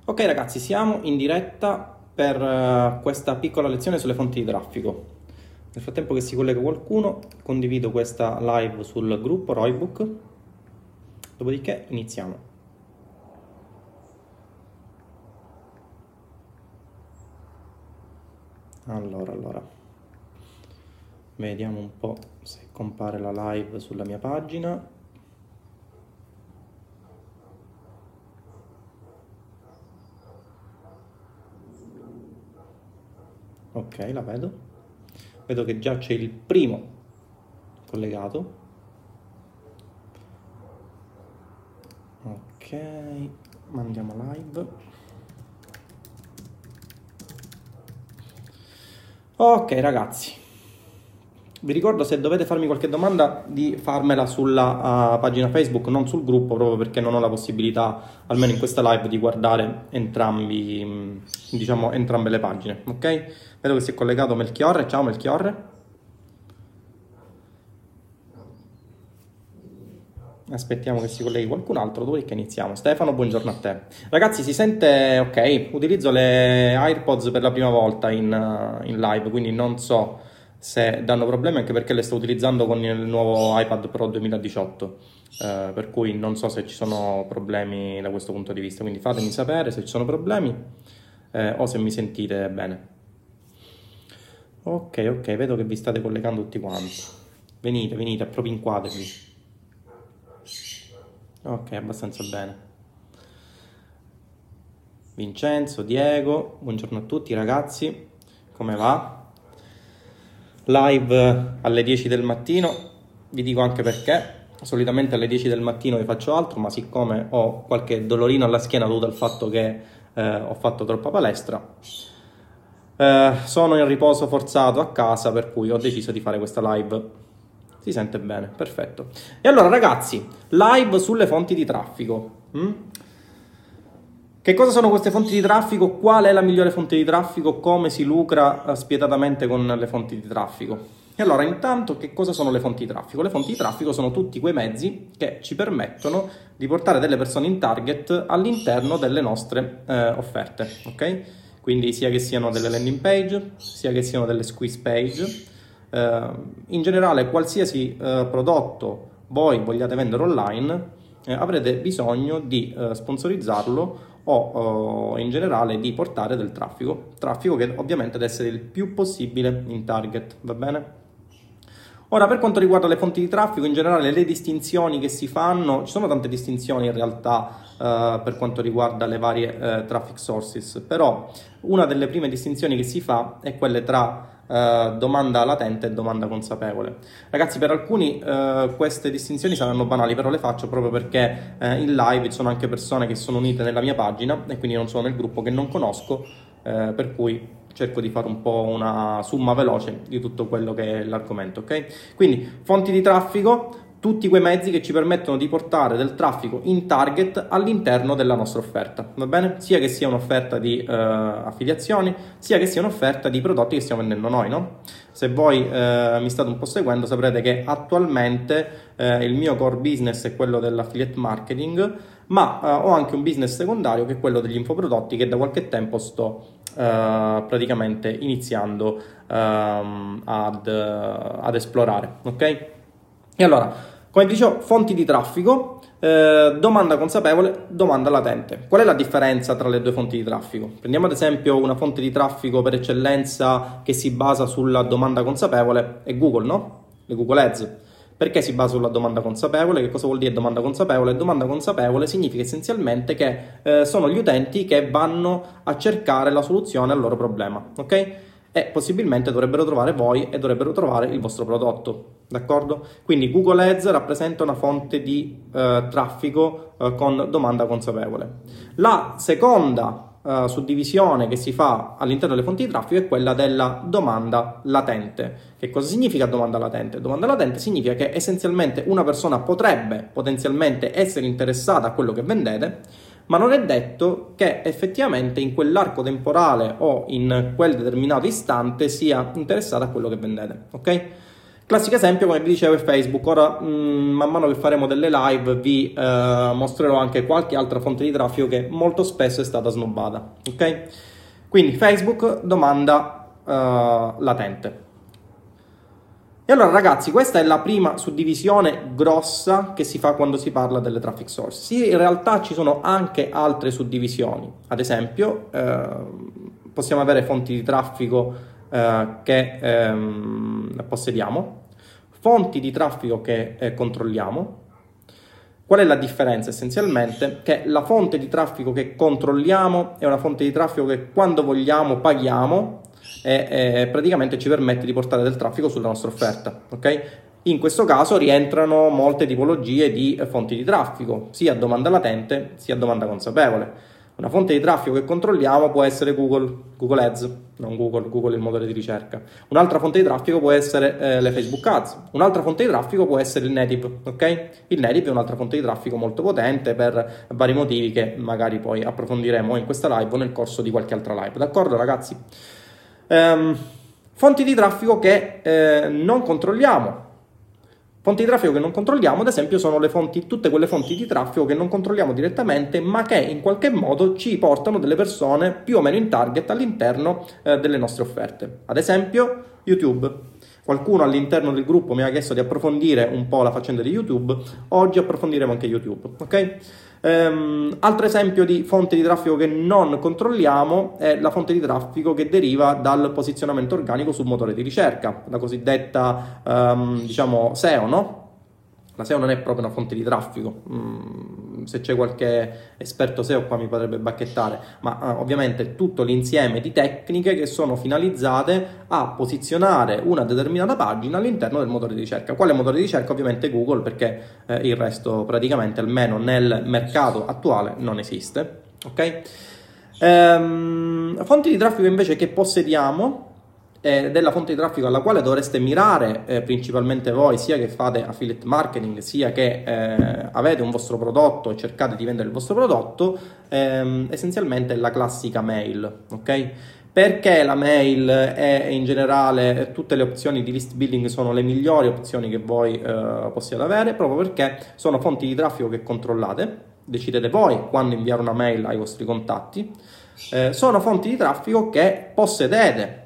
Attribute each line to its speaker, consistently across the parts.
Speaker 1: Ok ragazzi, siamo in diretta per questa piccola lezione sulle fonti di traffico. Nel frattempo che si collega qualcuno, condivido questa live sul gruppo Roybook, dopodiché iniziamo. Allora, vediamo un po' se compare la live sulla mia pagina. Ok, la vedo. Vedo che già c'è il primo collegato. Ok, mandiamo live. Ok ragazzi, vi ricordo, se dovete farmi qualche domanda, di farmela sulla pagina Facebook, non sul gruppo, proprio perché non ho la possibilità, almeno in questa live, di guardare entrambe le pagine, ok? Vedo che si è collegato Melchiorre. Ciao Melchiorre. Aspettiamo che si colleghi qualcun altro, dopodiché iniziamo. Stefano, buongiorno a te. Ragazzi, si sente ok? Utilizzo le AirPods per la prima volta in live, quindi non so se danno problemi, anche perché le sto utilizzando con il nuovo iPad Pro 2018, per cui non so se ci sono problemi da questo punto di vista, quindi fatemi sapere se ci sono problemi o se mi sentite bene. Ok, vedo che vi state collegando tutti quanti. Venite, appropinquatevi. Ok, abbastanza bene. Vincenzo, Diego, buongiorno a tutti ragazzi, come va? Live alle 10 del mattino, vi dico anche perché. Solitamente alle 10 del mattino vi faccio altro, ma siccome ho qualche dolorino alla schiena dovuto al fatto che ho fatto troppa palestra, sono in riposo forzato a casa, per cui ho deciso di fare questa live. Si sente bene, perfetto. E allora ragazzi, live sulle fonti di traffico. Che cosa sono queste fonti di traffico? Qual è la migliore fonte di traffico? Come si lucra spietatamente con le fonti di traffico? E allora, intanto, che cosa sono le fonti di traffico? Le fonti di traffico sono tutti quei mezzi che ci permettono di portare delle persone in target all'interno delle nostre offerte, ok? Quindi sia che siano delle landing page, sia che siano delle squeeze page, in generale qualsiasi prodotto voi vogliate vendere online, avrete bisogno di sponsorizzarlo o in generale di portare del traffico che ovviamente deve essere il più possibile in target, va bene? Ora, per quanto riguarda le fonti di traffico, in generale le distinzioni che si fanno, ci sono tante distinzioni in realtà per quanto riguarda le varie traffic sources, però una delle prime distinzioni che si fa è quelle tra domanda latente e domanda consapevole. Ragazzi, per alcuni queste distinzioni saranno banali, però le faccio proprio perché in live ci sono anche persone che sono unite nella mia pagina e quindi non sono nel gruppo, che non conosco, per cui cerco di fare un po' una summa veloce di tutto quello che è l'argomento, ok? Quindi fonti di traffico, tutti quei mezzi che ci permettono di portare del traffico in target all'interno della nostra offerta, va bene? Sia che sia un'offerta di affiliazioni, sia che sia un'offerta di prodotti che stiamo vendendo noi, no? Se voi mi state un po' seguendo, saprete che attualmente il mio core business è quello dell'affiliate marketing, ma ho anche un business secondario che è quello degli infoprodotti, che da qualche tempo sto praticamente iniziando ad esplorare, ok? E allora, come dicevo, fonti di traffico, domanda consapevole, domanda latente. Qual è la differenza tra le due fonti di traffico? Prendiamo ad esempio una fonte di traffico per eccellenza che si basa sulla domanda consapevole, è Google, no? Le Google Ads. Perché si basa sulla domanda consapevole? Che cosa vuol dire domanda consapevole? Domanda consapevole significa essenzialmente che sono gli utenti che vanno a cercare la soluzione al loro problema, ok? E possibilmente dovrebbero trovare voi e dovrebbero trovare il vostro prodotto, d'accordo? Quindi Google Ads rappresenta una fonte di traffico con domanda consapevole. La seconda suddivisione che si fa all'interno delle fonti di traffico è quella della domanda latente. Che cosa significa domanda latente? Domanda latente significa che essenzialmente una persona potrebbe potenzialmente essere interessata a quello che vendete, ma non è detto che effettivamente in quell'arco temporale o in quel determinato istante sia interessata a quello che vendete, ok? Classico esempio, come vi dicevo, è Facebook. Ora, man mano che faremo delle live, vi mostrerò anche qualche altra fonte di traffico che molto spesso è stata snobbata. Ok? Quindi Facebook, domanda latente. E allora ragazzi, questa è la prima suddivisione grossa che si fa quando si parla delle traffic source. Sì, in realtà ci sono anche altre suddivisioni. Ad esempio, possiamo avere fonti di traffico che possediamo, fonti di traffico che controlliamo. Qual è la differenza? Essenzialmente che la fonte di traffico che controlliamo è una fonte di traffico che quando vogliamo paghiamo e praticamente ci permette di portare del traffico sulla nostra offerta, ok? In questo caso rientrano molte tipologie di fonti di traffico, sia a domanda latente sia a domanda consapevole. Una fonte di traffico che controlliamo può essere Google Ads, non Google è il motore di ricerca. Un'altra fonte di traffico può essere le Facebook Ads. Un'altra fonte di traffico può essere il native, ok? Il native è un'altra fonte di traffico molto potente per vari motivi che magari poi approfondiremo in questa live o nel corso di qualche altra live, d'accordo ragazzi? Fonti di traffico che non controlliamo. Fonti di traffico che non controlliamo, ad esempio, sono tutte quelle fonti di traffico che non controlliamo direttamente, ma che in qualche modo ci portano delle persone più o meno in target all'interno delle nostre offerte. Ad esempio, YouTube. Qualcuno all'interno del gruppo mi ha chiesto di approfondire un po' la faccenda di YouTube. Oggi approfondiremo anche YouTube, ok? Altro esempio di fonte di traffico che non controlliamo è la fonte di traffico che deriva dal posizionamento organico sul motore di ricerca, la cosiddetta diciamo SEO, no? La SEO non è proprio una fonte di traffico, se c'è qualche esperto SEO qua mi potrebbe bacchettare, ma ovviamente tutto l'insieme di tecniche che sono finalizzate a posizionare una determinata pagina all'interno del motore di ricerca. Quale motore di ricerca? Ovviamente Google, perché il resto praticamente, almeno nel mercato attuale, non esiste. Ok? Fonti di traffico invece che possediamo, della fonte di traffico alla quale dovreste mirare principalmente voi, sia che fate affiliate marketing, sia che avete un vostro prodotto e cercate di vendere il vostro prodotto, essenzialmente la classica mail, ok? Perché la mail e in generale tutte le opzioni di list building sono le migliori opzioni che voi possiate avere, proprio perché sono fonti di traffico che controllate, decidete voi quando inviare una mail ai vostri contatti, sono fonti di traffico che possedete.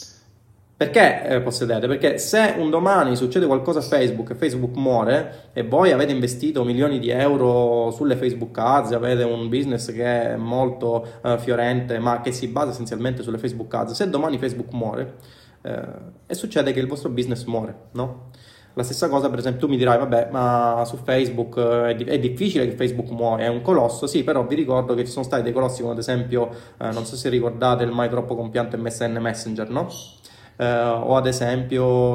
Speaker 1: Perché possedete? Perché se un domani succede qualcosa a Facebook e Facebook muore e voi avete investito milioni di euro sulle Facebook Ads, avete un business che è molto fiorente ma che si basa essenzialmente sulle Facebook Ads, se domani Facebook muore e succede che il vostro business muore, no? La stessa cosa, per esempio, tu mi dirai, vabbè, ma su Facebook è difficile che Facebook muoia, è un colosso, sì, però vi ricordo che ci sono stati dei colossi come ad esempio, non so se ricordate il mai troppo compianto MSN Messenger, no? O ad esempio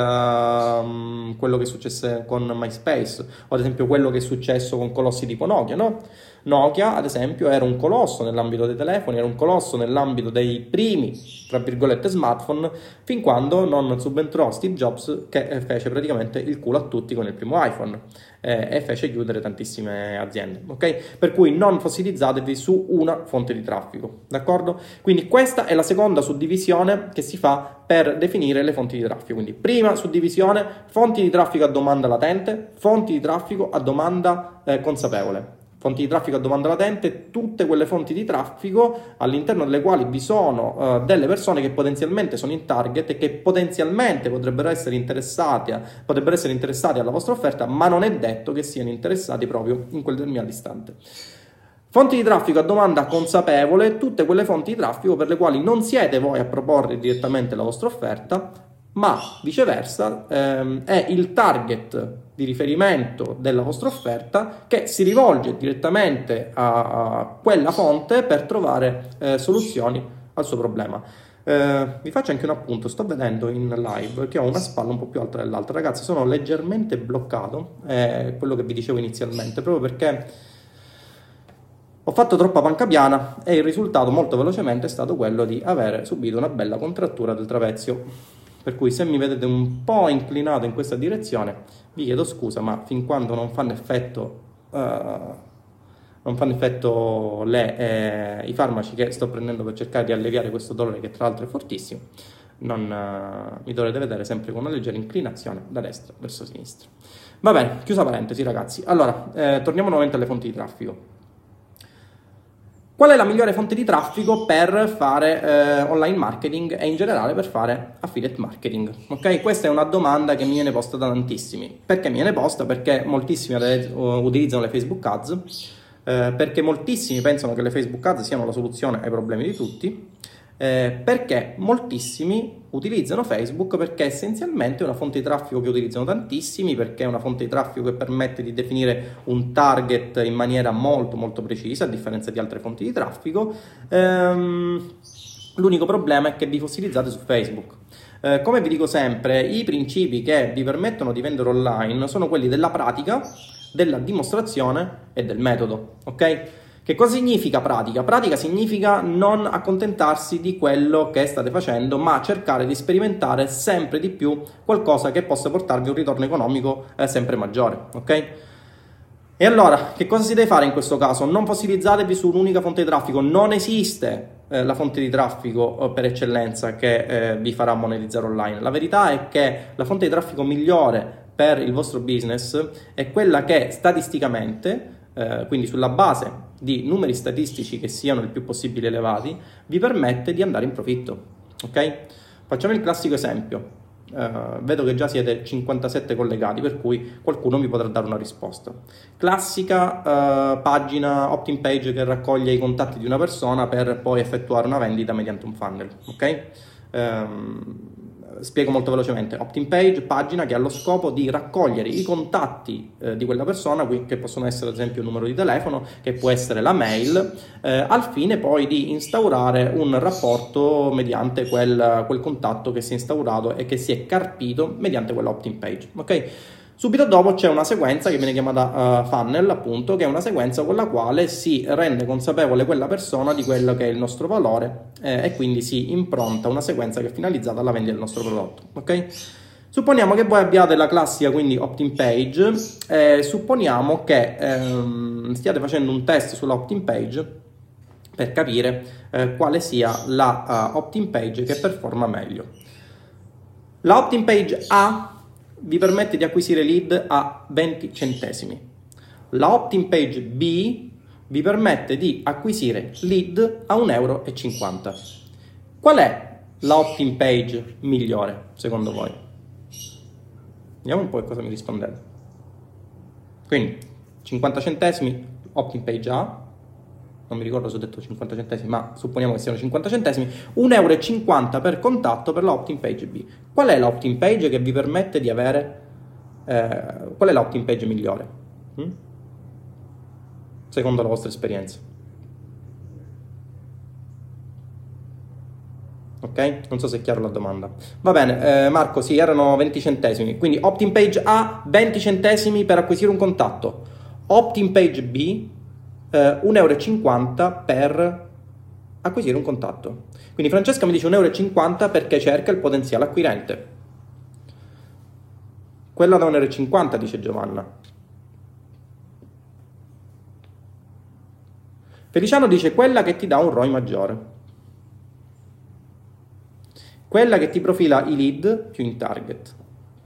Speaker 1: quello che successe con MySpace, o ad esempio quello che è successo con colossi tipo Nokia, no? Nokia, ad esempio, era un colosso nell'ambito dei telefoni, era un colosso nell'ambito dei primi, tra virgolette, smartphone, fin quando non subentrò Steve Jobs, che fece praticamente il culo a tutti con il primo iPhone e fece chiudere tantissime aziende, ok? Per cui non fossilizzatevi su una fonte di traffico, d'accordo? Quindi questa è la seconda suddivisione che si fa per definire le fonti di traffico. Quindi prima suddivisione, fonti di traffico a domanda latente, fonti di traffico a domanda consapevole. Fonti di traffico a domanda latente, tutte quelle fonti di traffico all'interno delle quali vi sono delle persone che potenzialmente sono in target e che potenzialmente potrebbero essere interessati alla vostra offerta, ma non è detto che siano interessati proprio in quel determinato istante. Fonti di traffico a domanda consapevole, tutte quelle fonti di traffico per le quali non siete voi a proporre direttamente la vostra offerta, ma viceversa è il target di riferimento della vostra offerta che si rivolge direttamente a quella fonte per trovare soluzioni al suo problema. Vi faccio anche un appunto, sto vedendo in live che ho una spalla un po' più alta dell'altra, ragazzi, sono leggermente bloccato, quello che vi dicevo inizialmente, proprio perché ho fatto troppa panca piana e il risultato molto velocemente è stato quello di avere subito una bella contrattura del trapezio. Per cui se mi vedete un po' inclinato in questa direzione vi chiedo scusa, ma fin quando non fanno effetto, i farmaci che sto prendendo per cercare di alleviare questo dolore, che tra l'altro è fortissimo, mi dovrete vedere sempre con una leggera inclinazione da destra verso sinistra. Va bene, chiusa parentesi ragazzi. Allora, torniamo nuovamente alle fonti di traffico. Qual è la migliore fonte di traffico per fare online marketing e in generale per fare affiliate marketing? Ok? Questa è una domanda che mi viene posta da tantissimi. Perché mi viene posta? Perché moltissimi utilizzano le Facebook Ads, perché moltissimi pensano che le Facebook Ads siano la soluzione ai problemi di tutti, perché moltissimi utilizzano Facebook perché essenzialmente è una fonte di traffico che utilizzano tantissimi, perché è una fonte di traffico che permette di definire un target in maniera molto molto precisa a differenza di altre fonti di traffico. L'unico problema è che vi fossilizzate su Facebook. Come vi dico sempre, i principi che vi permettono di vendere online sono quelli della pratica, della dimostrazione e del metodo, ok? Che cosa significa pratica? Pratica significa non accontentarsi di quello che state facendo, ma cercare di sperimentare sempre di più qualcosa che possa portarvi un ritorno economico sempre maggiore, ok? E allora, che cosa si deve fare in questo caso? Non fossilizzatevi su un'unica fonte di traffico, non esiste la fonte di traffico per eccellenza che vi farà monetizzare online. La verità è che la fonte di traffico migliore per il vostro business è quella che statisticamente, quindi sulla base di numeri statistici che siano il più possibile elevati, vi permette di andare in profitto, ok? Facciamo il classico esempio. Vedo che già siete 57 collegati, per cui qualcuno mi potrà dare una risposta. Classica pagina opt-in page che raccoglie i contatti di una persona per poi effettuare una vendita mediante un funnel, ok? Spiego molto velocemente. Opt-in page, pagina che ha lo scopo di raccogliere i contatti di quella persona, che possono essere ad esempio il numero di telefono, che può essere la mail, al fine poi di instaurare un rapporto mediante quel contatto che si è instaurato e che si è carpito mediante quella opt-in page, ok? Subito dopo c'è una sequenza che viene chiamata funnel, appunto, che è una sequenza con la quale si rende consapevole quella persona di quello che è il nostro valore e quindi si impronta una sequenza che è finalizzata alla vendita del nostro prodotto, ok? Supponiamo che voi abbiate la classica, quindi opt-in page, supponiamo che stiate facendo un test sulla opt-in page per capire quale sia la opt-in page che performa meglio. La opt-in page A vi permette di acquisire lead a 20 centesimi. La opt-in page B vi permette di acquisire lead a 1,50 euro. Qual è la opt-in page migliore secondo voi? Vediamo un po' cosa mi rispondete. Quindi 50 centesimi opt-in page A, non mi ricordo se ho detto 50 centesimi, ma supponiamo che siano 50 centesimi, 1,50 euro per contatto per la opt-in page B. Qual è l'opt-in page che vi permette di avere, qual è l'opt-in page migliore? Secondo la vostra esperienza. Ok? Non so se è chiaro la domanda. Va bene, Marco, sì, erano 20 centesimi. Quindi opt-in page A, 20 centesimi per acquisire un contatto. Opt-in page B, 1,50 euro per acquisire un contatto. Quindi Francesca mi dice 1,50 euro perché cerca il potenziale acquirente. Quella da 1,50 euro, dice Giovanna. Feliciano dice quella che ti dà un ROI maggiore. Quella che ti profila i lead più in target.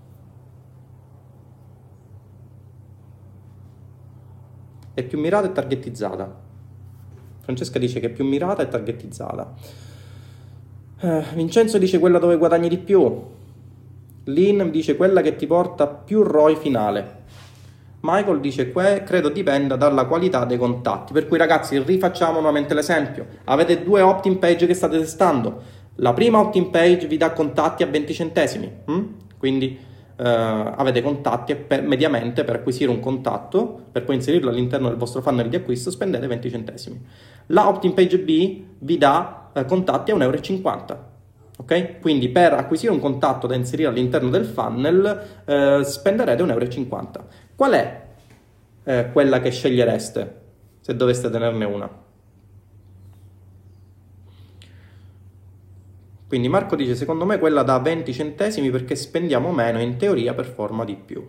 Speaker 1: È più mirata e targetizzata. Francesca dice che è più mirata e targetizzata. Vincenzo dice quella dove guadagni di più. Lynn dice quella che ti porta più ROI finale. Michael dice credo dipenda dalla qualità dei contatti. Per cui ragazzi rifacciamo nuovamente l'esempio. Avete due opt-in page che state testando. La prima opt-in page vi dà contatti a 20 centesimi. Quindi avete contatti mediamente per acquisire un contatto, per poi inserirlo all'interno del vostro funnel di acquisto spendete 20 centesimi. La opt-in page B vi dà contatti a 1,50 euro. Ok? Quindi per acquisire un contatto da inserire all'interno del funnel spenderete 1,50 euro. Qual è quella che scegliereste se doveste tenerne una? Quindi Marco dice, secondo me quella da 20 centesimi perché spendiamo meno e in teoria performa di più.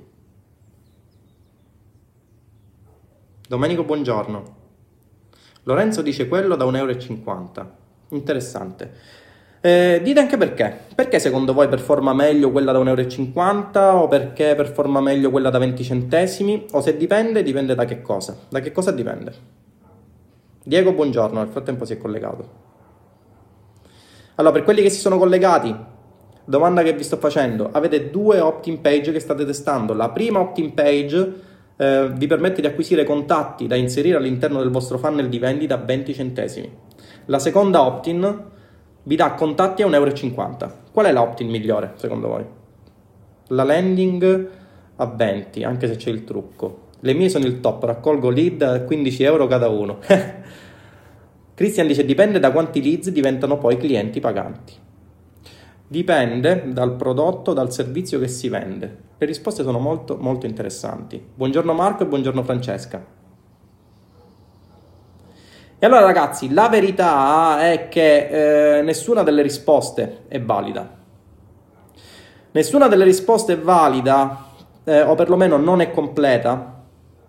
Speaker 1: Domenico, buongiorno. Lorenzo dice quello da 1,50 euro. Interessante. Dite anche perché. Perché secondo voi performa meglio quella da 1,50 euro o perché performa meglio quella da 20 centesimi? O se dipende, dipende da che cosa? Da che cosa dipende? Diego, buongiorno, nel frattempo si è collegato. Allora, per quelli che si sono collegati, domanda che vi sto facendo: avete due opt-in page che state testando. La prima opt-in page vi permette di acquisire contatti da inserire all'interno del vostro funnel di vendita a 20 centesimi. La seconda opt-in vi dà contatti a 1,50 euro. Qual è la opt-in migliore secondo voi? La landing a 20, anche se c'è il trucco. Le mie sono il top, raccolgo lead a 15 euro cada uno. Christian dice: dipende da quanti leads diventano poi clienti paganti. Dipende dal prodotto, dal servizio che si vende. Le risposte sono molto molto interessanti. Buongiorno Marco e buongiorno Francesca. E allora ragazzi, la verità è che nessuna delle risposte è valida. Nessuna delle risposte è valida, o perlomeno non è completa.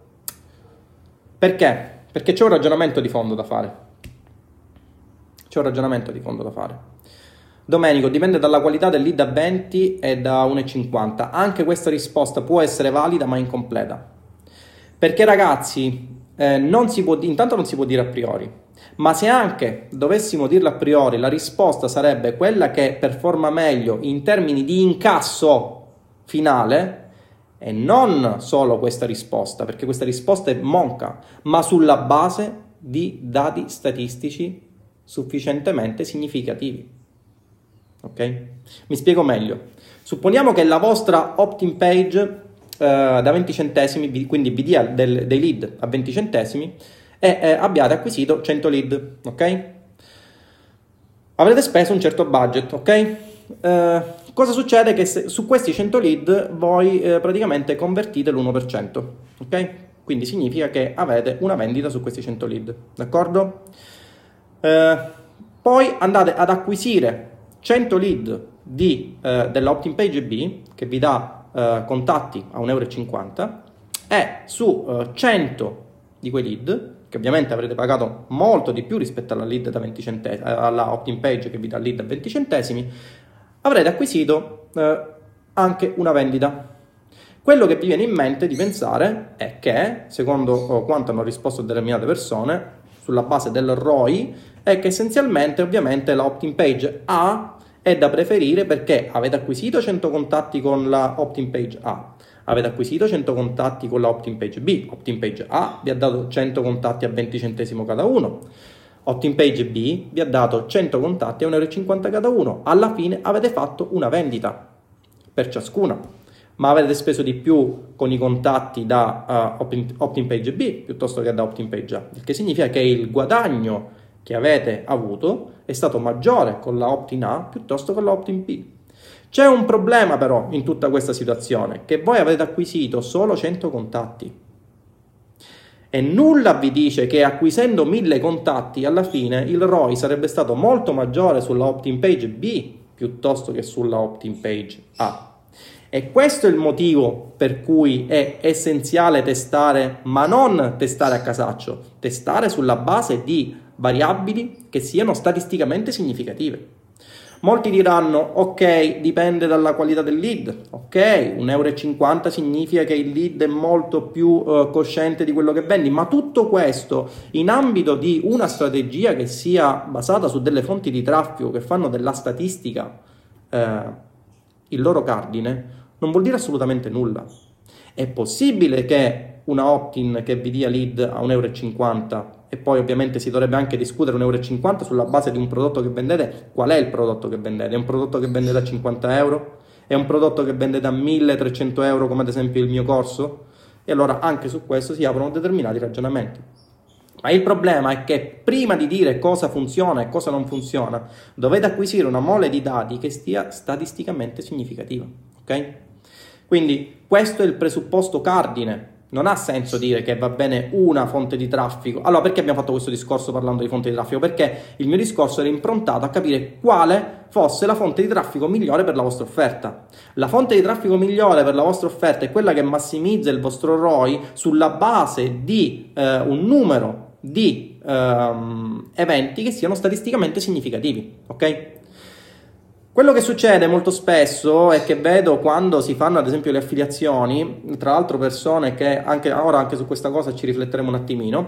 Speaker 1: Perché? Perché c'è un ragionamento di fondo da fare. C'è un ragionamento di fondo da fare. Domenico, dipende dalla qualità del lead a 20 e da 1,50. Anche questa risposta può essere valida ma incompleta. Perché ragazzi, intanto non si può dire a priori, ma se anche dovessimo dirlo a priori, la risposta sarebbe quella che performa meglio in termini di incasso finale, e non solo questa risposta, perché questa risposta è monca, ma sulla base di dati statistici sufficientemente significativi. Ok? Mi spiego meglio. Supponiamo che la vostra opt-in page da 20 centesimi, quindi vi dia dei lead a 20 centesimi e abbiate acquisito 100 lead, ok? Avrete speso un certo budget, ok? Cosa succede? Che su questi 100 lead voi praticamente convertite l'1%, ok? Quindi significa che avete una vendita su questi 100 lead, d'accordo? Poi andate ad acquisire 100 lead della opt-in page B che vi dà contatti a 1,50 euro e su 100 di quei lead, che ovviamente avrete pagato molto di più rispetto alla lead da 20 centesimi, alla opt-in page che vi dà lead a 20 centesimi, avrete acquisito anche una vendita. Quello che vi viene in mente di pensare è che, secondo quanto hanno risposto determinate persone, sulla base del ROI, è che essenzialmente ovviamente la opt-in page A è da preferire perché avete acquisito 100 contatti con la opt-in page A, avete acquisito 100 contatti con la opt-in page B, opt-in page A vi ha dato 100 contatti a 20 centesimo cada uno, opt-in page B vi ha dato 100 contatti a 1,50 euro cada uno, alla fine avete fatto una vendita per ciascuna, ma avete speso di più con i contatti da opt-in page B piuttosto che da opt-in page A, il che significa che il guadagno che avete avuto è stato maggiore con la opt-in A piuttosto che con la opt-in B. C'è un problema però in tutta questa situazione, che voi avete acquisito solo 100 contatti e nulla vi dice che acquisendo 1000 contatti alla fine il ROI sarebbe stato molto maggiore sulla opt-in page B piuttosto che sulla opt-in page A. E questo è il motivo per cui è essenziale testare, ma non testare a casaccio, testare sulla base di variabili che siano statisticamente significative. Molti diranno: ok, dipende dalla qualità del lead, ok, 1,50 euro significa che il lead è molto più cosciente di quello che vendi, ma tutto questo in ambito di una strategia che sia basata su delle fonti di traffico che fanno della statistica il loro cardine, non vuol dire assolutamente nulla. È possibile che una opt-in che vi dia lead a 1,50 euro e poi ovviamente si dovrebbe anche discutere 1,50 euro sulla base di un prodotto che vendete. Qual è il prodotto che vendete? È un prodotto che vendete a 50 euro? È un prodotto che vendete a 1.300 euro come ad esempio il mio corso? E allora anche su questo si aprono determinati ragionamenti. Ma il problema è che prima di dire cosa funziona e cosa non funziona dovete acquisire una mole di dati che sia statisticamente significativa, ok? Quindi questo è il presupposto cardine. Non ha senso dire che va bene una fonte di traffico. Allora, perché abbiamo fatto questo discorso parlando di fonte di traffico? Perché il mio discorso era improntato a capire quale fosse la fonte di traffico migliore per la vostra offerta. La fonte di traffico migliore per la vostra offerta è quella che massimizza il vostro ROI sulla base di un numero di eventi che siano statisticamente significativi, ok? Quello che succede molto spesso è che vedo quando si fanno ad esempio le affiliazioni, tra l'altro persone che anche su questa cosa ci rifletteremo un attimino,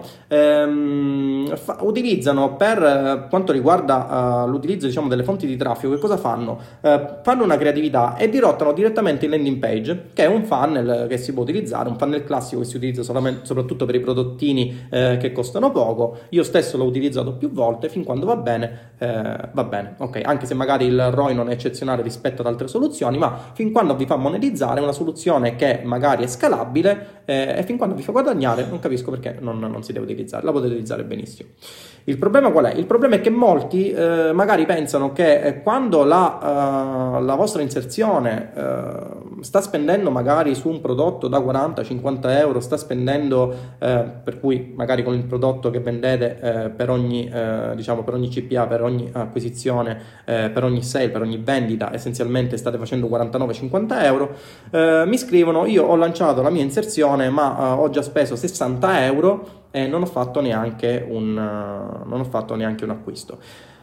Speaker 1: utilizzano per quanto riguarda l'utilizzo diciamo delle fonti di traffico, che cosa fanno? Fanno una creatività e dirottano direttamente il landing page, che è un funnel che si può utilizzare, un funnel classico che si utilizza soprattutto per i prodottini che costano poco. Io stesso l'ho utilizzato più volte, fin quando va bene, ok, anche se magari il ROI non è eccezionale rispetto ad altre soluzioni, ma fin quando vi fa monetizzare è una soluzione che magari è scalabile e fin quando vi fa guadagnare non capisco perché non si deve utilizzare, la potete utilizzare benissimo. Il problema qual è? Il problema è che molti magari pensano che quando la vostra inserzione sta spendendo magari su un prodotto da 40-50 euro, sta spendendo per cui magari con il prodotto che vendete per ogni CPA, per ogni acquisizione, per ogni sale, per ogni vendita, essenzialmente state facendo 49-50 euro, mi scrivono: io ho lanciato la mia inserzione ma ho già speso 60 euro e non ho fatto neanche un acquisto.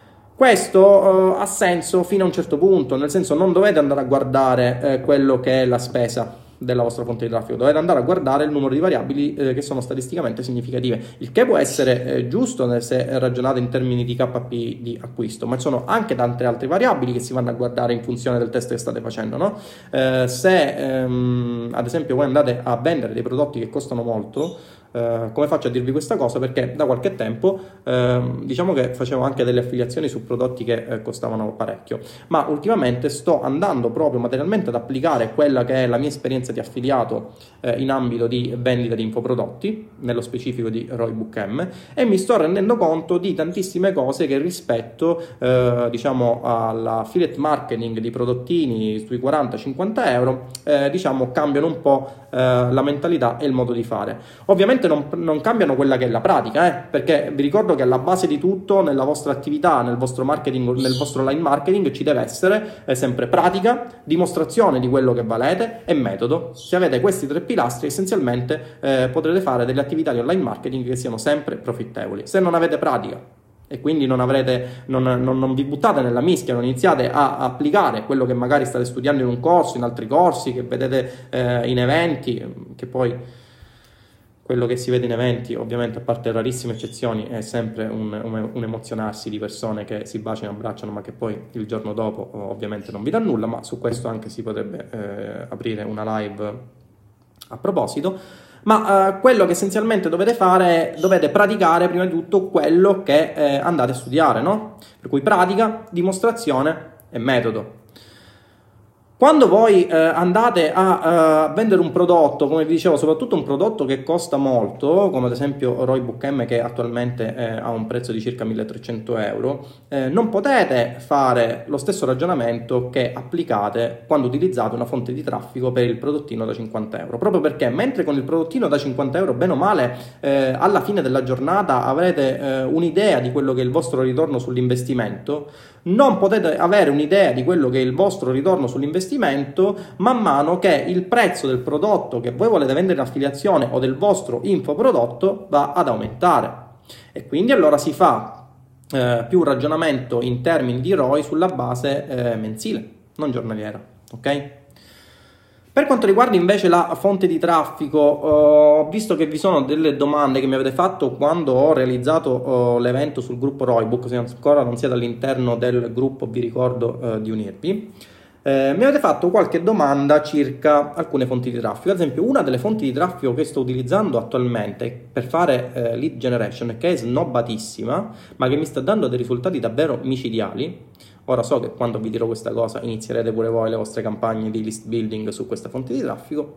Speaker 1: Questo ha senso fino a un certo punto, nel senso non dovete andare a guardare quello che è la spesa della vostra fonte di traffico, dovete andare a guardare il numero di variabili che sono statisticamente significative, il che può essere giusto se ragionate in termini di KP di acquisto, ma ci sono anche tante altre variabili che si vanno a guardare in funzione del test che state facendo, no? Se ad esempio voi andate a vendere dei prodotti che costano molto, come faccio a dirvi questa cosa? Perché da qualche tempo diciamo che facevo anche delle affiliazioni su prodotti che costavano parecchio, ma ultimamente sto andando proprio materialmente ad applicare quella che è la mia esperienza di affiliato in ambito di vendita di infoprodotti, nello specifico di ROI Book M, e mi sto rendendo conto di tantissime cose che rispetto diciamo all'affiliate marketing di prodottini sui 40-50 euro diciamo cambiano un po' la mentalità e il modo di fare. Ovviamente non cambiano quella che è la pratica, perché vi ricordo che alla base di tutto nella vostra attività, nel vostro marketing, nel vostro online marketing ci deve essere sempre pratica, dimostrazione di quello che valete e metodo. Se avete questi tre pilastri essenzialmente potrete fare delle attività di online marketing che siano sempre profittevoli. Se non avete pratica e quindi non vi buttate nella mischia, non iniziate a applicare quello che magari state studiando in un corso, in altri corsi, che vedete in eventi, che poi quello che si vede in eventi, ovviamente a parte rarissime eccezioni, è sempre un emozionarsi di persone che si baciano e abbracciano, ma che poi il giorno dopo ovviamente non vi dà nulla, ma su questo anche si potrebbe aprire una live a proposito. Ma quello che essenzialmente dovete fare è dovete praticare prima di tutto quello che andate a studiare, no? Per cui pratica, dimostrazione e metodo. Quando voi andate a vendere un prodotto, come vi dicevo, soprattutto un prodotto che costa molto, come ad esempio ROI Book M, che attualmente ha un prezzo di circa 1300 euro, non potete fare lo stesso ragionamento che applicate quando utilizzate una fonte di traffico per il prodottino da 50 euro. Proprio perché mentre con il prodottino da 50 euro, bene o male, alla fine della giornata avrete un'idea di quello che è il vostro ritorno sull'investimento, non potete avere un'idea di quello che è il vostro ritorno sull'investimento man mano che il prezzo del prodotto che voi volete vendere in affiliazione o del vostro infoprodotto va ad aumentare. E quindi allora si fa più un ragionamento in termini di ROI sulla base mensile, non giornaliera, ok? Per quanto riguarda invece la fonte di traffico, ho visto che vi sono delle domande che mi avete fatto quando ho realizzato l'evento sul gruppo ROIBook, se ancora non siete all'interno del gruppo vi ricordo di unirvi. Mi avete fatto qualche domanda circa alcune fonti di traffico. Ad esempio, una delle fonti di traffico che sto utilizzando attualmente per fare lead generation, che è snobbatissima, ma che mi sta dando dei risultati davvero micidiali. Ora so che quando vi dirò questa cosa inizierete pure voi le vostre campagne di list building su questa fonte di traffico,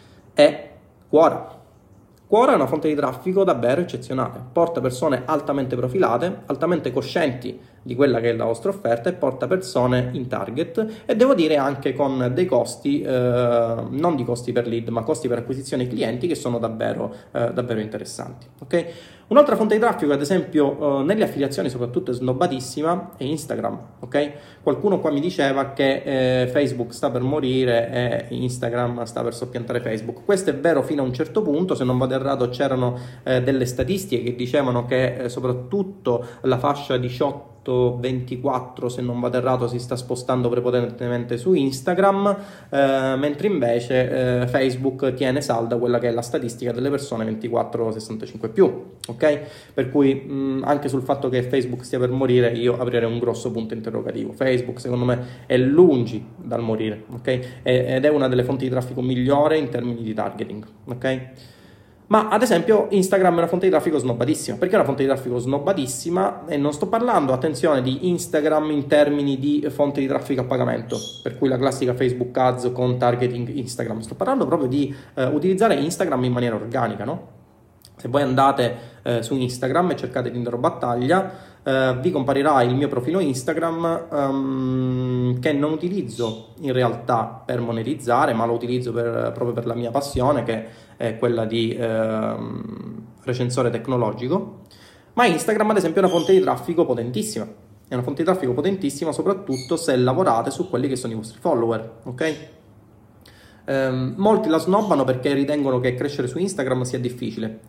Speaker 1: è Quora. Quora è una fonte di traffico davvero eccezionale, porta persone altamente profilate, altamente coscienti di quella che è la vostra offerta e porta persone in target, e devo dire anche con dei costi, non di costi per lead, ma costi per acquisizione clienti che sono davvero interessanti. Okay? Un'altra fonte di traffico, ad esempio, nelle affiliazioni soprattutto è snobbatissima, è Instagram. Okay? Qualcuno qua mi diceva che Facebook sta per morire e Instagram sta per soppiantare Facebook. Questo è vero fino a un certo punto. Se non vado errato c'erano delle statistiche che dicevano che soprattutto la fascia 18 24 se non vado errato si sta spostando prepotentemente su Instagram, mentre invece Facebook tiene salda quella che è la statistica delle persone 24-65 più, ok? Per cui anche sul fatto che Facebook stia per morire io aprirei un grosso punto interrogativo. Facebook secondo me è lungi dal morire, ok? Ed è una delle fonti di traffico migliore in termini di targeting, ok? Ma ad esempio Instagram è una fonte di traffico snobbatissima. Perché è una fonte di traffico snobbatissima? E non sto parlando, attenzione, di Instagram in termini di fonte di traffico a pagamento, per cui la classica Facebook Ads con targeting Instagram. Sto parlando proprio di utilizzare Instagram in maniera organica, no? Se voi andate su Instagram e cercate Tinder Battaglia, vi comparirà il mio profilo Instagram che non utilizzo in realtà per monetizzare, ma lo utilizzo proprio per la mia passione, che è quella di recensore tecnologico. Ma Instagram ad esempio è una fonte di traffico potentissima. È una fonte di traffico potentissima soprattutto se lavorate su quelli che sono i vostri follower, ok? Molti la snobbano perché ritengono che crescere su Instagram sia difficile.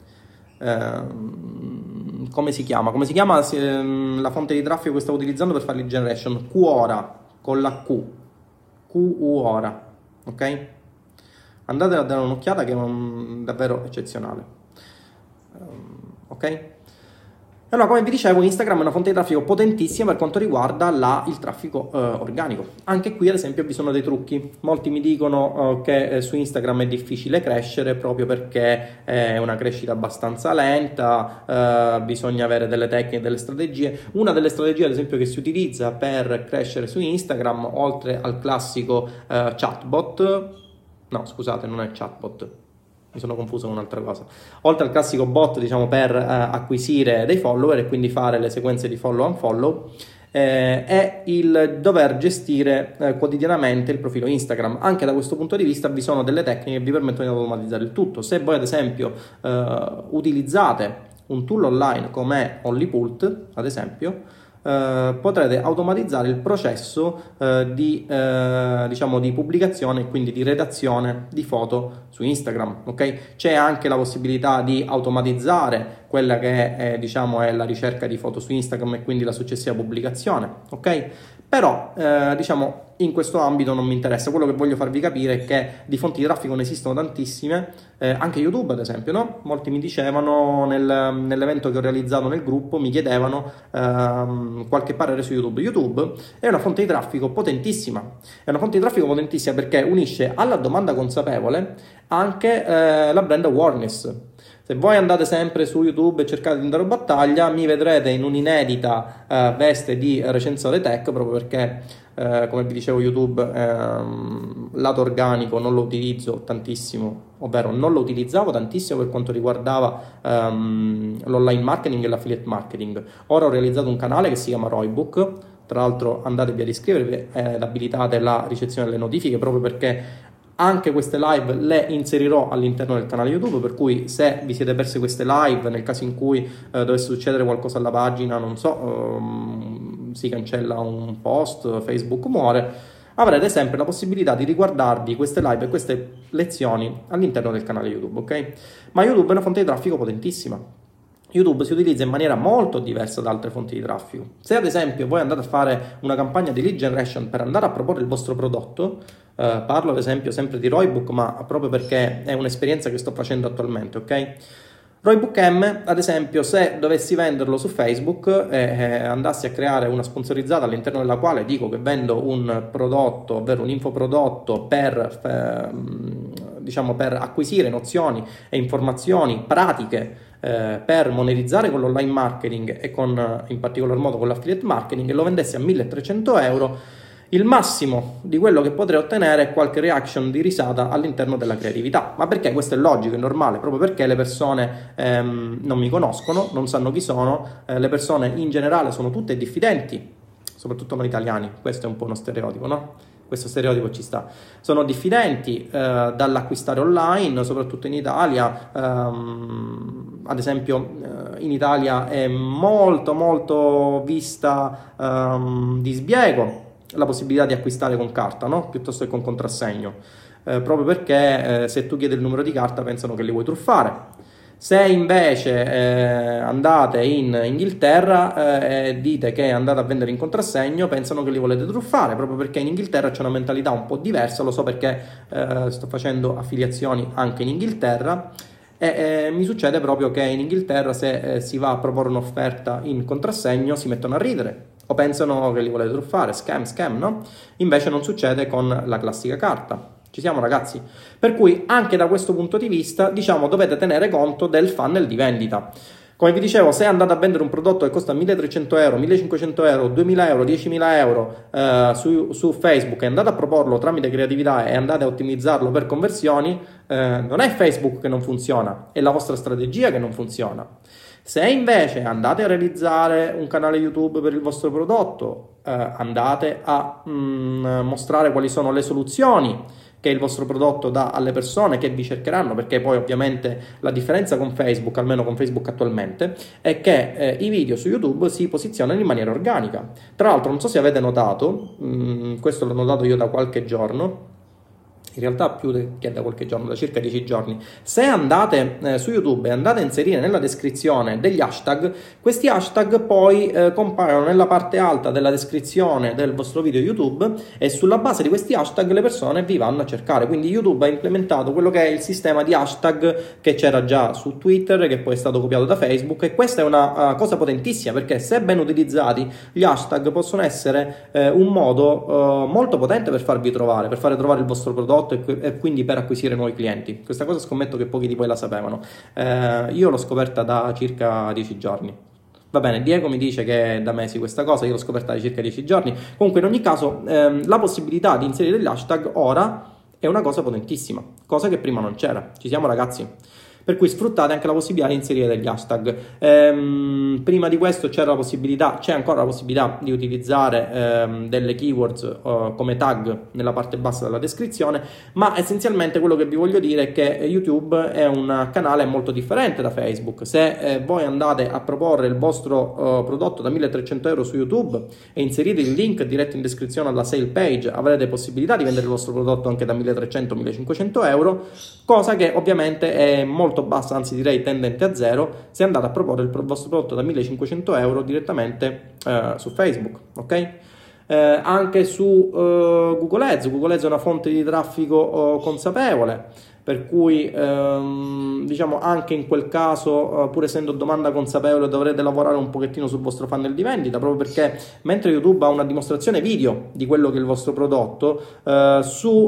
Speaker 1: Come si chiama? Come si chiama la fonte di traffico che stavo utilizzando per fare lead generation? Quora, con la Q. Quora, ok? Andate a dare un'occhiata che è davvero eccezionale. Ok? Allora, come vi dicevo, Instagram è una fonte di traffico potentissima per quanto riguarda il traffico organico. Anche qui, ad esempio, vi sono dei trucchi. Molti mi dicono che su Instagram è difficile crescere proprio perché è una crescita abbastanza lenta, bisogna avere delle tecniche, delle strategie. Una delle strategie, ad esempio, che si utilizza per crescere su Instagram, oltre al classico chatbot, no, scusate, non è chatbot, mi sono confuso con un'altra cosa. Oltre al classico bot, diciamo, per acquisire dei follower e quindi fare le sequenze di follow and follow, è il dover gestire quotidianamente il profilo Instagram. Anche da questo punto di vista vi sono delle tecniche che vi permettono di automatizzare il tutto. Se voi ad esempio utilizzate un tool online come Onlypult, ad esempio, potrete automatizzare il processo diciamo di pubblicazione e quindi di redazione di foto su Instagram, ok? C'è anche la possibilità di automatizzare quella che è, diciamo, è la ricerca di foto su Instagram e quindi la successiva pubblicazione, ok? Però diciamo in questo ambito non mi interessa. Quello che voglio farvi capire è che di fonti di traffico ne esistono tantissime, anche YouTube ad esempio, no? Molti mi dicevano nell'evento che ho realizzato nel gruppo, mi chiedevano qualche parere su YouTube. YouTube è una fonte di traffico potentissima, è una fonte di traffico potentissima perché unisce alla domanda consapevole anche la brand awareness. Se voi andate sempre su YouTube e cercate Tinder Battaglia, mi vedrete in un'inedita veste di recensore tech, proprio perché, come vi dicevo, YouTube lato organico non lo utilizzo tantissimo, ovvero non lo utilizzavo tantissimo per quanto riguardava l'online marketing e l'affiliate marketing. Ora ho realizzato un canale che si chiama Roybook, tra l'altro andatevi ad iscrivervi ed abilitate la ricezione delle notifiche, proprio perché anche queste live le inserirò all'interno del canale YouTube, per cui se vi siete persi queste live, nel caso in cui dovesse succedere qualcosa alla pagina, non so, si cancella un post, Facebook muore, avrete sempre la possibilità di riguardarvi queste live e queste lezioni all'interno del canale YouTube, ok? Ma YouTube è una fonte di traffico potentissima. YouTube si utilizza in maniera molto diversa da altre fonti di traffico. Se ad esempio voi andate a fare una campagna di lead generation per andare a proporre il vostro prodotto, parlo ad esempio sempre di Roybook, ma proprio perché è un'esperienza che sto facendo attualmente, ok? Roybook M, ad esempio, se dovessi venderlo su Facebook e andassi a creare una sponsorizzata all'interno della quale dico che vendo un prodotto, ovvero un infoprodotto diciamo, per acquisire nozioni e informazioni pratiche per monetizzare con l'online marketing e in particolar modo con l'affiliate marketing, e lo vendessi a 1.300 euro, il massimo di quello che potrei ottenere è qualche reaction di risata all'interno della creatività. Ma perché? Questo è logico, è normale, proprio perché le persone non mi conoscono, non sanno chi sono, le persone in generale sono tutte diffidenti, soprattutto noi italiani. Questo è un po' uno stereotipo, no? Questo stereotipo ci sta. Sono diffidenti dall'acquistare online, soprattutto in Italia. Ad esempio in Italia è molto vista di sbiego la possibilità di acquistare con carta, no? Piuttosto che con contrassegno, proprio perché se tu chiedi il numero di carta pensano che li vuoi truffare. Se invece andate in Inghilterra e dite che andate a vendere in contrassegno, pensano che li volete truffare, proprio perché in Inghilterra c'è una mentalità un po' diversa, lo so perché sto facendo affiliazioni anche in Inghilterra. E mi succede proprio che in Inghilterra se si va a proporre un'offerta in contrassegno si mettono a ridere o pensano che li volete truffare, scam, no? Invece non succede con la classica carta. Ci siamo ragazzi? Per cui anche da questo punto di vista, diciamo, dovete tenere conto del funnel di vendita. Come vi dicevo, se andate a vendere un prodotto che costa 1.300 euro, 1.500 euro, 2.000 euro, 10.000 euro su Facebook e andate a proporlo tramite creatività e andate a ottimizzarlo per conversioni, non è Facebook che non funziona, è la vostra strategia che non funziona. Se invece andate a realizzare un canale YouTube per il vostro prodotto, andate a mostrare quali sono le soluzioni che il vostro prodotto dà alle persone che vi cercheranno, perché poi ovviamente la differenza con Facebook, almeno con Facebook attualmente, è che i video su YouTube si posizionano in maniera organica. Tra l'altro non so se avete notato, questo l'ho notato io da qualche giorno, in realtà più che da qualche giorno, da circa 10 giorni. Se andate su YouTube e andate a inserire nella descrizione degli hashtag, questi hashtag poi compaiono nella parte alta della descrizione del vostro video YouTube e sulla base di questi hashtag le persone vi vanno a cercare. Quindi YouTube ha implementato quello che è il sistema di hashtag che c'era già su Twitter, che poi è stato copiato da Facebook, e questa è una cosa potentissima, perché se ben utilizzati gli hashtag possono essere un modo molto potente per farvi trovare, per fare trovare il vostro prodotto e quindi per acquisire nuovi clienti. Questa cosa scommetto che pochi di voi la sapevano. Io l'ho scoperta da circa 10 giorni. Va bene, Diego mi dice che è da mesi questa cosa, io l'ho scoperta da circa 10 giorni. Comunque in ogni caso la possibilità di inserire degli hashtag ora è una cosa potentissima, cosa che prima non c'era. Ci siamo ragazzi? Per cui sfruttate anche la possibilità di inserire degli hashtag. Prima di questo c'è ancora la possibilità di utilizzare delle keywords come tag nella parte bassa della descrizione, ma essenzialmente quello che vi voglio dire è che YouTube è un canale molto differente da Facebook. Se voi andate a proporre il vostro prodotto da 1.300 euro su YouTube e inserite il link diretto in descrizione alla sale page, avrete possibilità di vendere il vostro prodotto anche da 1.300-1.500 euro, cosa che ovviamente è molto bassa, anzi direi tendente a zero, se andate a proporre il vostro prodotto da 1.500 euro direttamente su Facebook, ok? Anche su Google Ads. Google Ads è una fonte di traffico consapevole, per cui diciamo anche in quel caso, pur essendo domanda consapevole, dovrete lavorare un pochettino sul vostro funnel di vendita, proprio perché mentre YouTube ha una dimostrazione video di quello che è il vostro prodotto, su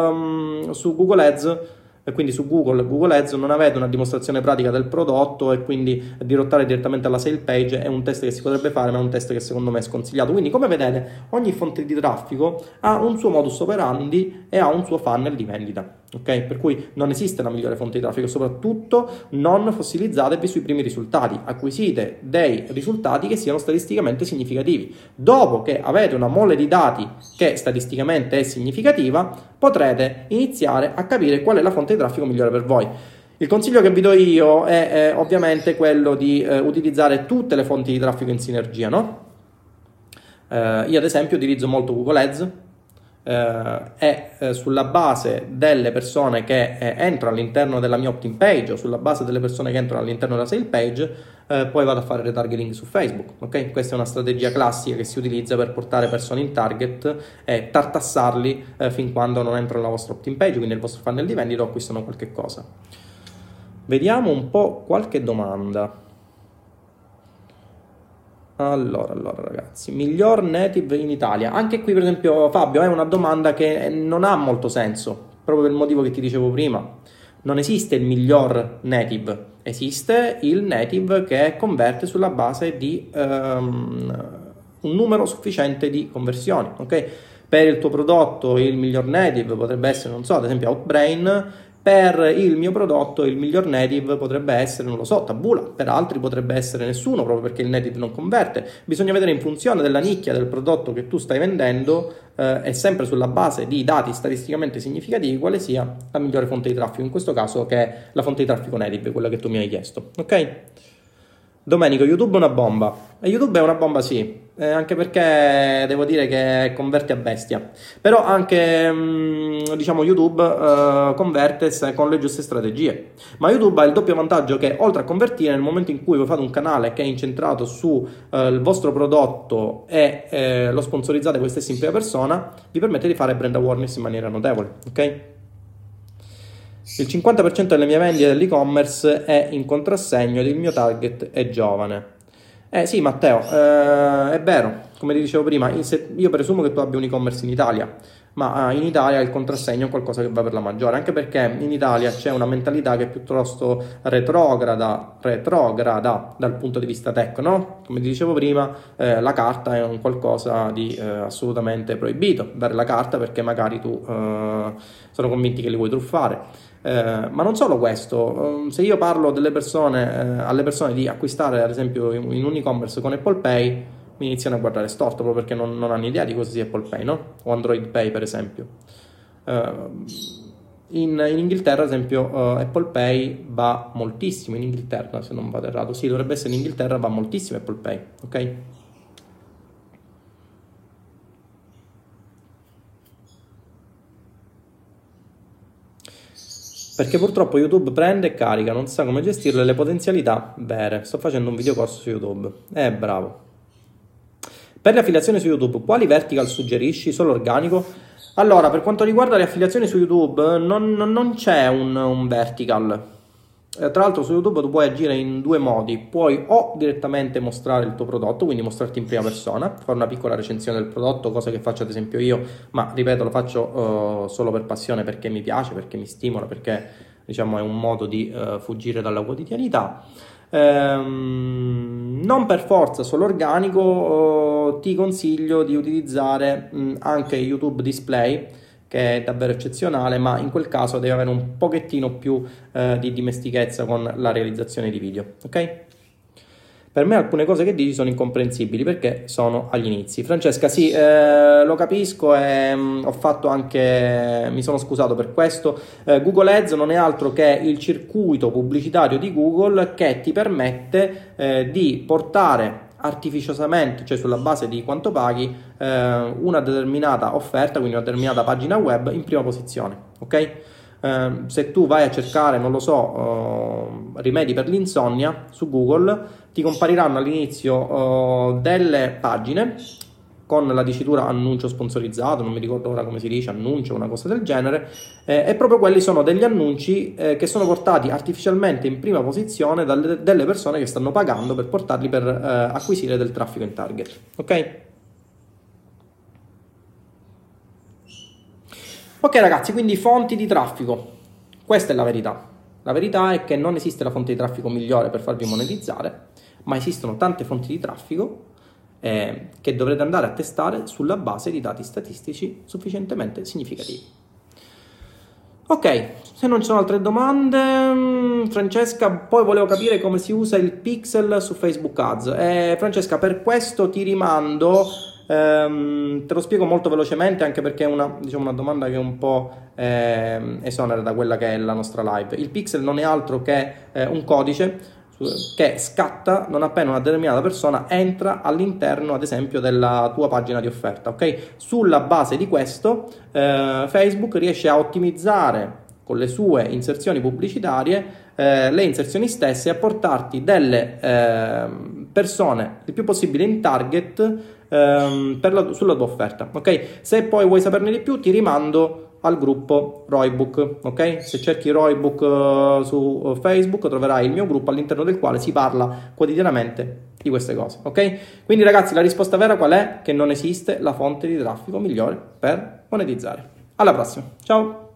Speaker 1: Google Ads, e quindi su Google Ads non avete una dimostrazione pratica del prodotto, e quindi dirottare direttamente alla sale page è un test che si potrebbe fare, ma è un test che secondo me è sconsigliato. Quindi come vedete ogni fonte di traffico ha un suo modus operandi e ha un suo funnel di vendita, ok? Per cui non esiste la migliore fonte di traffico, soprattutto non fossilizzatevi sui primi risultati, acquisite dei risultati che siano statisticamente significativi. Dopo che avete una mole di dati che statisticamente è significativa, potrete iniziare a capire qual è la fonte di traffico migliore per voi. Il consiglio che vi do io è ovviamente quello di utilizzare tutte le fonti di traffico in sinergia, no? Io ad esempio utilizzo molto Google Ads, e sulla base delle persone che entrano all'interno della mia opt-in page o sulla base delle persone che entrano all'interno della sale page, poi vado a fare retargeting su Facebook, ok? Questa è una strategia classica che si utilizza per portare persone in target e tartassarli fin quando non entrano nella vostra opt-in page, quindi nel vostro funnel di vendita, o acquistano qualche cosa. Vediamo un po' qualche domanda. Allora ragazzi, miglior native in Italia. Anche qui per esempio Fabio è una domanda che non ha molto senso, proprio per il motivo che ti dicevo prima. Non esiste il miglior native, esiste il native che converte sulla base di un numero sufficiente di conversioni, ok? Per il tuo prodotto il miglior native potrebbe essere, non so, ad esempio Outbrain. Per il mio prodotto il miglior native potrebbe essere, non lo so, Taboola. Per altri potrebbe essere nessuno, proprio perché il native non converte. Bisogna vedere in funzione della nicchia del prodotto che tu stai vendendo e sempre sulla base di dati statisticamente significativi quale sia la migliore fonte di traffico, in questo caso che è la fonte di traffico native, quella che tu mi hai chiesto, ok? Domenico, YouTube è una bomba. YouTube è una bomba, sì, anche perché devo dire che converte a bestia. Però anche, diciamo, YouTube converte se con le giuste strategie. Ma YouTube ha il doppio vantaggio che, oltre a convertire, nel momento in cui voi fate un canale che è incentrato su il vostro prodotto e lo sponsorizzate voi stessi in prima persona, vi permette di fare brand awareness in maniera notevole, ok? Il 50% delle mie vendite dell'e-commerce è in contrassegno ed il mio target è giovane. Sì, Matteo, è vero, come ti dicevo prima, io presumo che tu abbia un e-commerce in Italia, ma in Italia il contrassegno è qualcosa che va per la maggiore, anche perché in Italia c'è una mentalità che è piuttosto retrograda dal punto di vista tech, no? Come ti dicevo prima, la carta è un qualcosa di assolutamente proibito, dare la carta perché magari tu sono convinti che li vuoi truffare. Ma non solo questo, se io parlo delle persone, alle persone di acquistare ad esempio in un e-commerce con Apple Pay, mi iniziano a guardare storto proprio perché non hanno idea di cosa sia Apple Pay, no? O Android Pay per esempio. In Inghilterra ad esempio Apple Pay va moltissimo, in Inghilterra se non vado errato, sì, dovrebbe essere in Inghilterra, va moltissimo Apple Pay, ok? Perché purtroppo YouTube prende e carica, non sa come gestirle le potenzialità vere. Sto facendo un videocorso su YouTube. Bravo. Per le affiliazioni su YouTube, quali vertical suggerisci? Solo organico? Allora, per quanto riguarda le affiliazioni su YouTube, non c'è un vertical. Tra l'altro su YouTube tu puoi agire in due modi. Puoi o direttamente mostrare il tuo prodotto, quindi mostrarti in prima persona, fare una piccola recensione del prodotto, cosa che faccio ad esempio io, ma ripeto, lo faccio solo per passione, perché mi piace, perché mi stimola, perché diciamo è un modo di fuggire dalla quotidianità. Non per forza solo organico, ti consiglio di utilizzare anche YouTube Display, che è davvero eccezionale, ma in quel caso devi avere un pochettino più di dimestichezza con la realizzazione di video, ok? Per me alcune cose che dici sono incomprensibili perché sono agli inizi. Francesca, sì, lo capisco e ho fatto anche, mi sono scusato per questo. Google Ads non è altro che il circuito pubblicitario di Google che ti permette di portare artificiosamente, cioè sulla base di quanto paghi, una determinata offerta, quindi una determinata pagina web in prima posizione, ok? Se tu vai a cercare, non lo so, rimedi per l'insonnia su Google, ti compariranno all'inizio delle pagine con la dicitura annuncio sponsorizzato, non mi ricordo ora come si dice, annuncio, una cosa del genere, e proprio quelli sono degli annunci che sono portati artificialmente in prima posizione dalle persone che stanno pagando per portarli per acquisire del traffico in target, ok? Ok ragazzi, quindi fonti di traffico, questa è la verità. La verità è che non esiste la fonte di traffico migliore per farvi monetizzare, ma esistono tante fonti di traffico che dovrete andare a testare sulla base di dati statistici sufficientemente significativi. Ok, se non ci sono altre domande, Francesca, poi volevo capire come si usa il pixel su Facebook Ads. Francesca, per questo ti rimando... te lo spiego molto velocemente anche perché è una domanda che un po' esonera da quella che è la nostra live. Il pixel non è altro che un codice che scatta non appena una determinata persona entra all'interno ad esempio della tua pagina di offerta, ok? Sulla base di questo Facebook riesce a ottimizzare con le sue inserzioni pubblicitarie le inserzioni stesse e a portarti delle persone il più possibile in target sulla tua offerta, ok? Se poi vuoi saperne di più ti rimando al gruppo Roybook, ok? Se cerchi Roybook su Facebook troverai il mio gruppo all'interno del quale si parla quotidianamente di queste cose, ok? Quindi ragazzi, la risposta vera qual è? Che non esiste la fonte di traffico migliore per monetizzare. Alla prossima, ciao!